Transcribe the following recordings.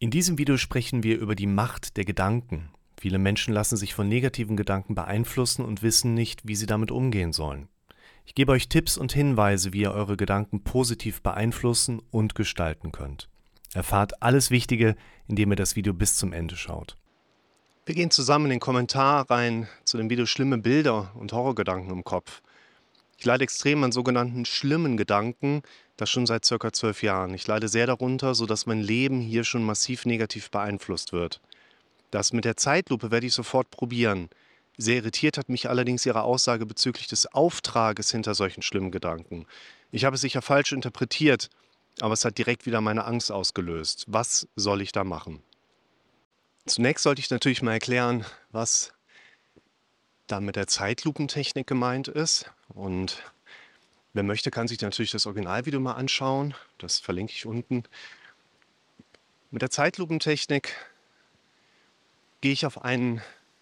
In diesem Video sprechen wir über die Macht der Gedanken. Viele Menschen lassen sich von negativen Gedanken beeinflussen und wissen nicht, wie sie damit umgehen sollen. Ich gebe euch Tipps und Hinweise, wie ihr eure Gedanken positiv beeinflussen und gestalten könnt. Erfahrt alles Wichtige, indem ihr das Video bis zum Ende schaut. Wir gehen zusammen in den Kommentar rein zu dem Video Schlimme Bilder und Horrorgedanken im Kopf. Ich leide extrem an sogenannten schlimmen Gedanken, das schon seit ca. 12 Jahren. Ich leide sehr darunter, sodass mein Leben hier schon massiv negativ beeinflusst wird. Das mit der Zeitlupe werde ich sofort probieren. Sehr irritiert hat mich allerdings Ihre Aussage bezüglich des Auftrages hinter solchen schlimmen Gedanken. Ich habe es sicher falsch interpretiert, aber es hat direkt wieder meine Angst ausgelöst. Was soll ich da machen? Zunächst sollte ich natürlich mal erklären, was da mit der Zeitlupentechnik gemeint ist. Und wer möchte, kann sich natürlich das Originalvideo mal anschauen. Das verlinke ich unten. Mit der Zeitlupentechnik gehe ich auf eine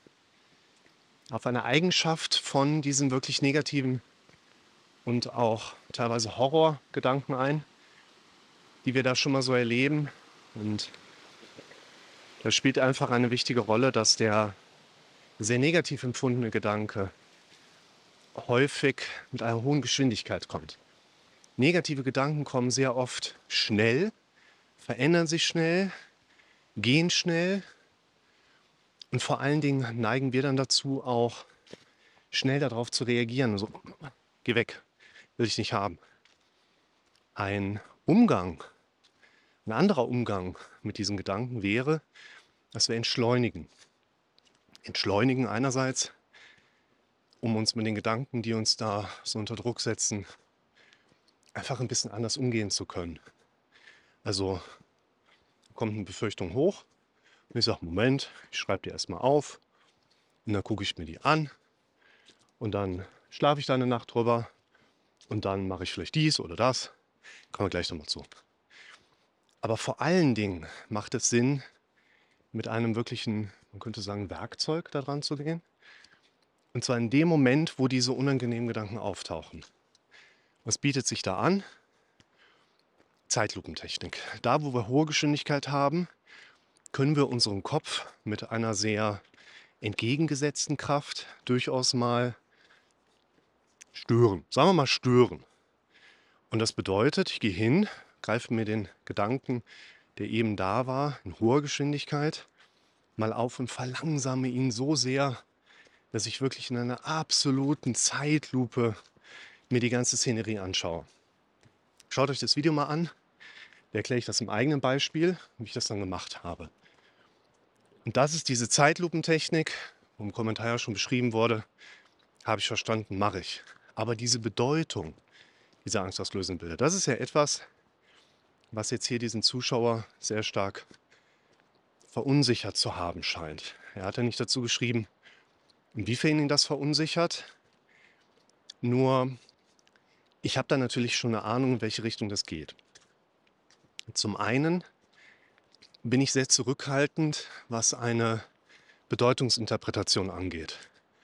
Eigenschaft von diesen wirklich negativen und auch teilweise Horrorgedanken ein, die wir da schon mal so erleben. Und da spielt einfach eine wichtige Rolle, dass der sehr negativ empfundene Gedanke häufig mit einer hohen Geschwindigkeit kommt. Negative Gedanken kommen sehr oft schnell, verändern sich schnell, gehen schnell und vor allen Dingen neigen wir dann dazu, auch schnell darauf zu reagieren. So, geh weg, will ich nicht haben. Ein anderer Umgang mit diesen Gedanken wäre, dass wir entschleunigen. Entschleunigen einerseits, um uns mit den Gedanken, die uns da so unter Druck setzen, einfach ein bisschen anders umgehen zu können. Also kommt eine Befürchtung hoch und ich sage, Moment, ich schreibe die erstmal auf und dann gucke ich mir die an und dann schlafe ich da eine Nacht drüber und dann mache ich vielleicht dies oder das. Kommen wir gleich nochmal zu. Aber vor allen Dingen macht es Sinn, mit einem wirklichen, man könnte sagen, Werkzeug da dran zu gehen. Und zwar in dem Moment, wo diese unangenehmen Gedanken auftauchen. Was bietet sich da an? Zeitlupentechnik. Da, wo wir hohe Geschwindigkeit haben, können wir unseren Kopf mit einer sehr entgegengesetzten Kraft durchaus mal stören. Sagen wir mal stören. Und das bedeutet, ich gehe hin, greife mir den Gedanken, der eben da war, in hoher Geschwindigkeit, mal auf und verlangsame ihn so sehr, dass ich wirklich in einer absoluten Zeitlupe mir die ganze Szenerie anschaue. Schaut euch das Video mal an, da erkläre ich das im eigenen Beispiel, wie ich das dann gemacht habe. Und das ist diese Zeitlupentechnik, wo im Kommentar ja schon beschrieben wurde, habe ich verstanden, mache ich. Aber diese Bedeutung dieser angstauslösenden Bilder, das ist ja etwas, was jetzt hier diesen Zuschauer sehr stark verunsichert zu haben scheint. Er hat ja nicht dazu geschrieben, inwiefern ihn das verunsichert. Nur, ich habe da natürlich schon eine Ahnung, in welche Richtung das geht. Zum einen bin ich sehr zurückhaltend, was eine Bedeutungsinterpretation angeht.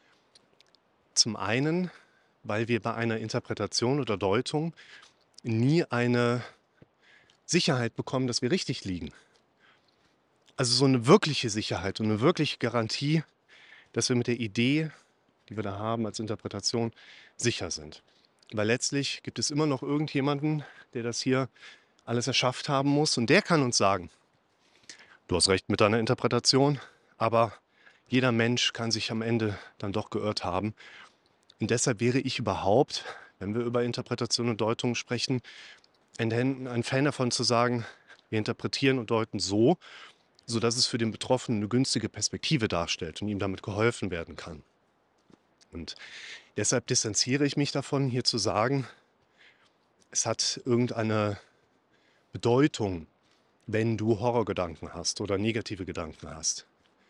Zum einen, weil wir bei einer Interpretation oder Deutung nie eine Sicherheit bekommen, dass wir richtig liegen. Also so eine wirkliche Sicherheit und eine wirkliche Garantie, dass wir mit der Idee, die wir da haben als Interpretation, sicher sind. Weil letztlich gibt es immer noch irgendjemanden, der das hier alles erschafft haben muss und der kann uns sagen, du hast recht mit deiner Interpretation, aber jeder Mensch kann sich am Ende dann doch geirrt haben. Und deshalb wäre ich überhaupt, wenn wir über Interpretation und Deutung sprechen, ein Fan davon zu sagen, wir interpretieren und deuten so, sodass es für den Betroffenen eine günstige Perspektive darstellt und ihm damit geholfen werden kann. Und deshalb distanziere ich mich davon, hier zu sagen, es hat irgendeine Bedeutung, wenn du Horrorgedanken hast oder negative Gedanken hast.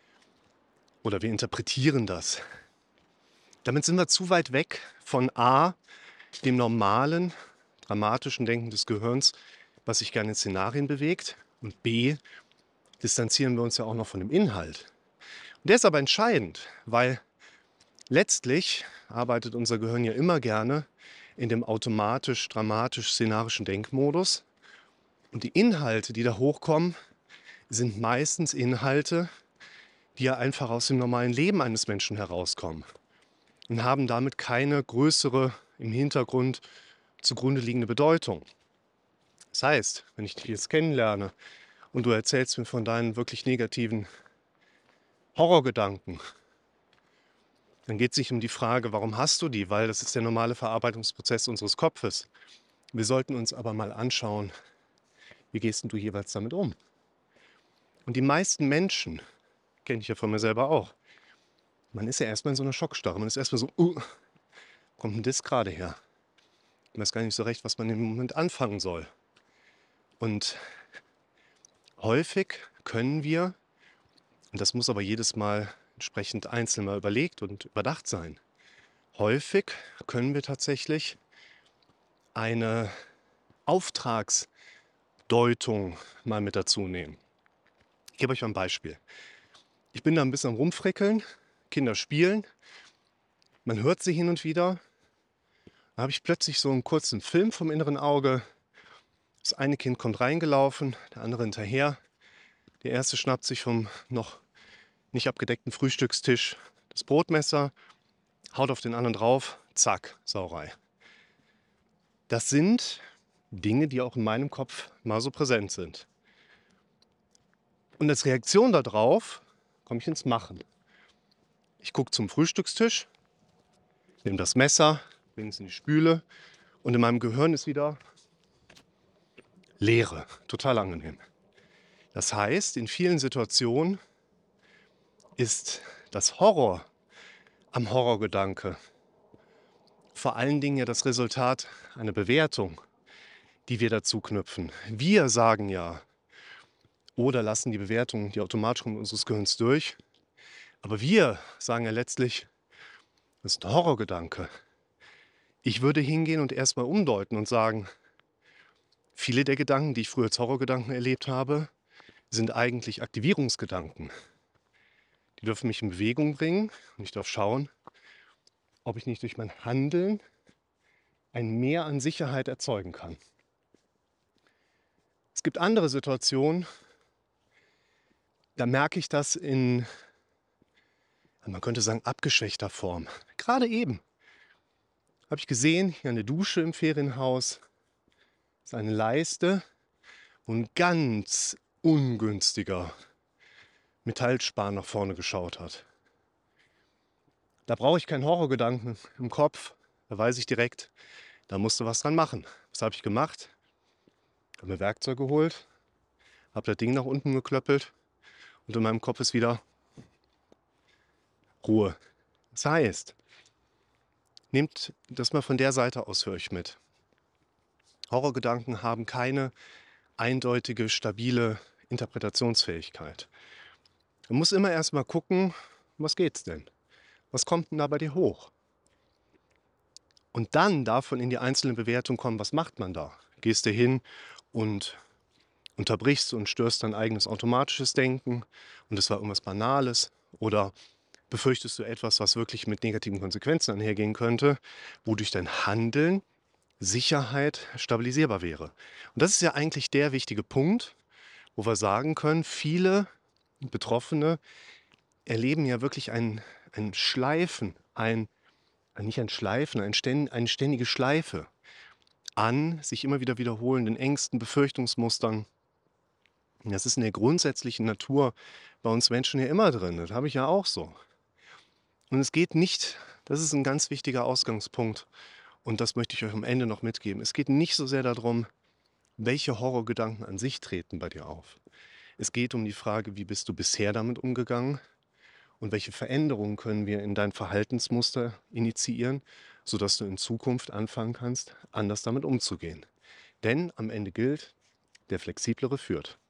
Oder wir interpretieren das. Damit sind wir zu weit weg von A, dem normalen, dramatischen Denken des Gehirns, was sich gerne in Szenarien bewegt, und B, distanzieren wir uns ja auch noch von dem Inhalt. Und der ist aber entscheidend, weil letztlich arbeitet unser Gehirn ja immer gerne in dem automatisch-dramatisch-szenarischen Denkmodus. Und die Inhalte, die da hochkommen, sind meistens Inhalte, die ja einfach aus dem normalen Leben eines Menschen herauskommen und haben damit keine größere, im Hintergrund zugrunde liegende Bedeutung. Das heißt, wenn ich dich jetzt kennenlerne und du erzählst mir von deinen wirklich negativen Horrorgedanken, dann geht es nicht um die Frage, warum hast du die, weil das ist der normale Verarbeitungsprozess unseres Kopfes. Wir sollten uns aber mal anschauen, wie gehst denn du jeweils damit um? Und die meisten Menschen, kenne ich ja von mir selber auch, man ist ja erstmal in so einer Schockstarre. Man ist erstmal so, kommt denn das gerade her? Man weiß gar nicht so recht, was man im Moment anfangen soll. Und häufig können wir, und das muss aber jedes Mal entsprechend einzeln mal überlegt und überdacht sein, häufig können wir tatsächlich eine Auftragsdeutung mal mit dazu nehmen. Ich gebe euch mal ein Beispiel. Ich bin da ein bisschen am Rumfrickeln, Kinder spielen, man hört sie hin und wieder. Da habe ich plötzlich so einen kurzen Film vom inneren Auge. Das eine Kind kommt reingelaufen, der andere hinterher. Der erste schnappt sich vom noch nicht abgedeckten Frühstückstisch das Brotmesser, haut auf den anderen drauf, zack, Sauerei. Das sind Dinge, die auch in meinem Kopf mal so präsent sind. Und als Reaktion darauf komme ich ins Machen. Ich gucke zum Frühstückstisch, nehme das Messer, bringe es in die Spüle und in meinem Gehirn ist wieder Leere. Total angenehm. Das heißt, in vielen Situationen ist das Horror am Horrorgedanke vor allen Dingen ja das Resultat einer Bewertung, die wir dazu knüpfen. Wir sagen ja oder lassen die Bewertung, die automatisch kommt, unseres Gehirns durch. Aber wir sagen ja letztlich, das ist ein Horrorgedanke. Ich würde hingehen und erstmal umdeuten und sagen, viele der Gedanken, die ich früher als Horrorgedanken erlebt habe, sind eigentlich Aktivierungsgedanken. Die dürfen mich in Bewegung bringen und ich darf schauen, ob ich nicht durch mein Handeln ein Mehr an Sicherheit erzeugen kann. Es gibt andere Situationen, da merke ich das in, man könnte sagen, abgeschwächter Form. Gerade eben habe ich gesehen, hier an der Dusche im Ferienhaus ist eine Leiste, wo ein ganz ungünstiger Metallspan nach vorne geschaut hat. Da brauche ich keinen Horrorgedanken im Kopf, da weiß ich direkt, da musst du was dran machen. Was habe ich gemacht? Habe mir Werkzeug geholt, habe das Ding nach unten geklöppelt und in meinem Kopf ist wieder Ruhe. Das heißt, nehmt das mal von der Seite aus für euch mit. Horrorgedanken haben keine eindeutige, stabile Interpretationsfähigkeit. Man muss immer erst mal gucken, was geht's denn? Was kommt denn da bei dir hoch? Und dann davon in die einzelne Bewertung kommen, was macht man da? Gehst du hin und unterbrichst und störst dein eigenes automatisches Denken und es war irgendwas Banales? Oder befürchtest du etwas, was wirklich mit negativen Konsequenzen einhergehen könnte, wodurch dein Handeln Sicherheit stabilisierbar wäre? Und das ist ja eigentlich der wichtige Punkt, wo wir sagen können, viele Betroffene erleben ja wirklich ein Schleifen, nicht ein Schleifen, eine ständige Schleife an sich immer wieder wiederholenden Ängsten, Befürchtungsmustern. Das ist in der grundsätzlichen Natur bei uns Menschen ja immer drin. Das habe ich ja auch so. Und es geht nicht, das ist ein ganz wichtiger Ausgangspunkt und das möchte ich euch am Ende noch mitgeben. Es geht nicht so sehr darum, welche Horrorgedanken an sich treten bei dir auf. Es geht um die Frage, wie bist du bisher damit umgegangen und welche Veränderungen können wir in dein Verhaltensmuster initiieren, sodass du in Zukunft anfangen kannst, anders damit umzugehen. Denn am Ende gilt, der Flexiblere führt.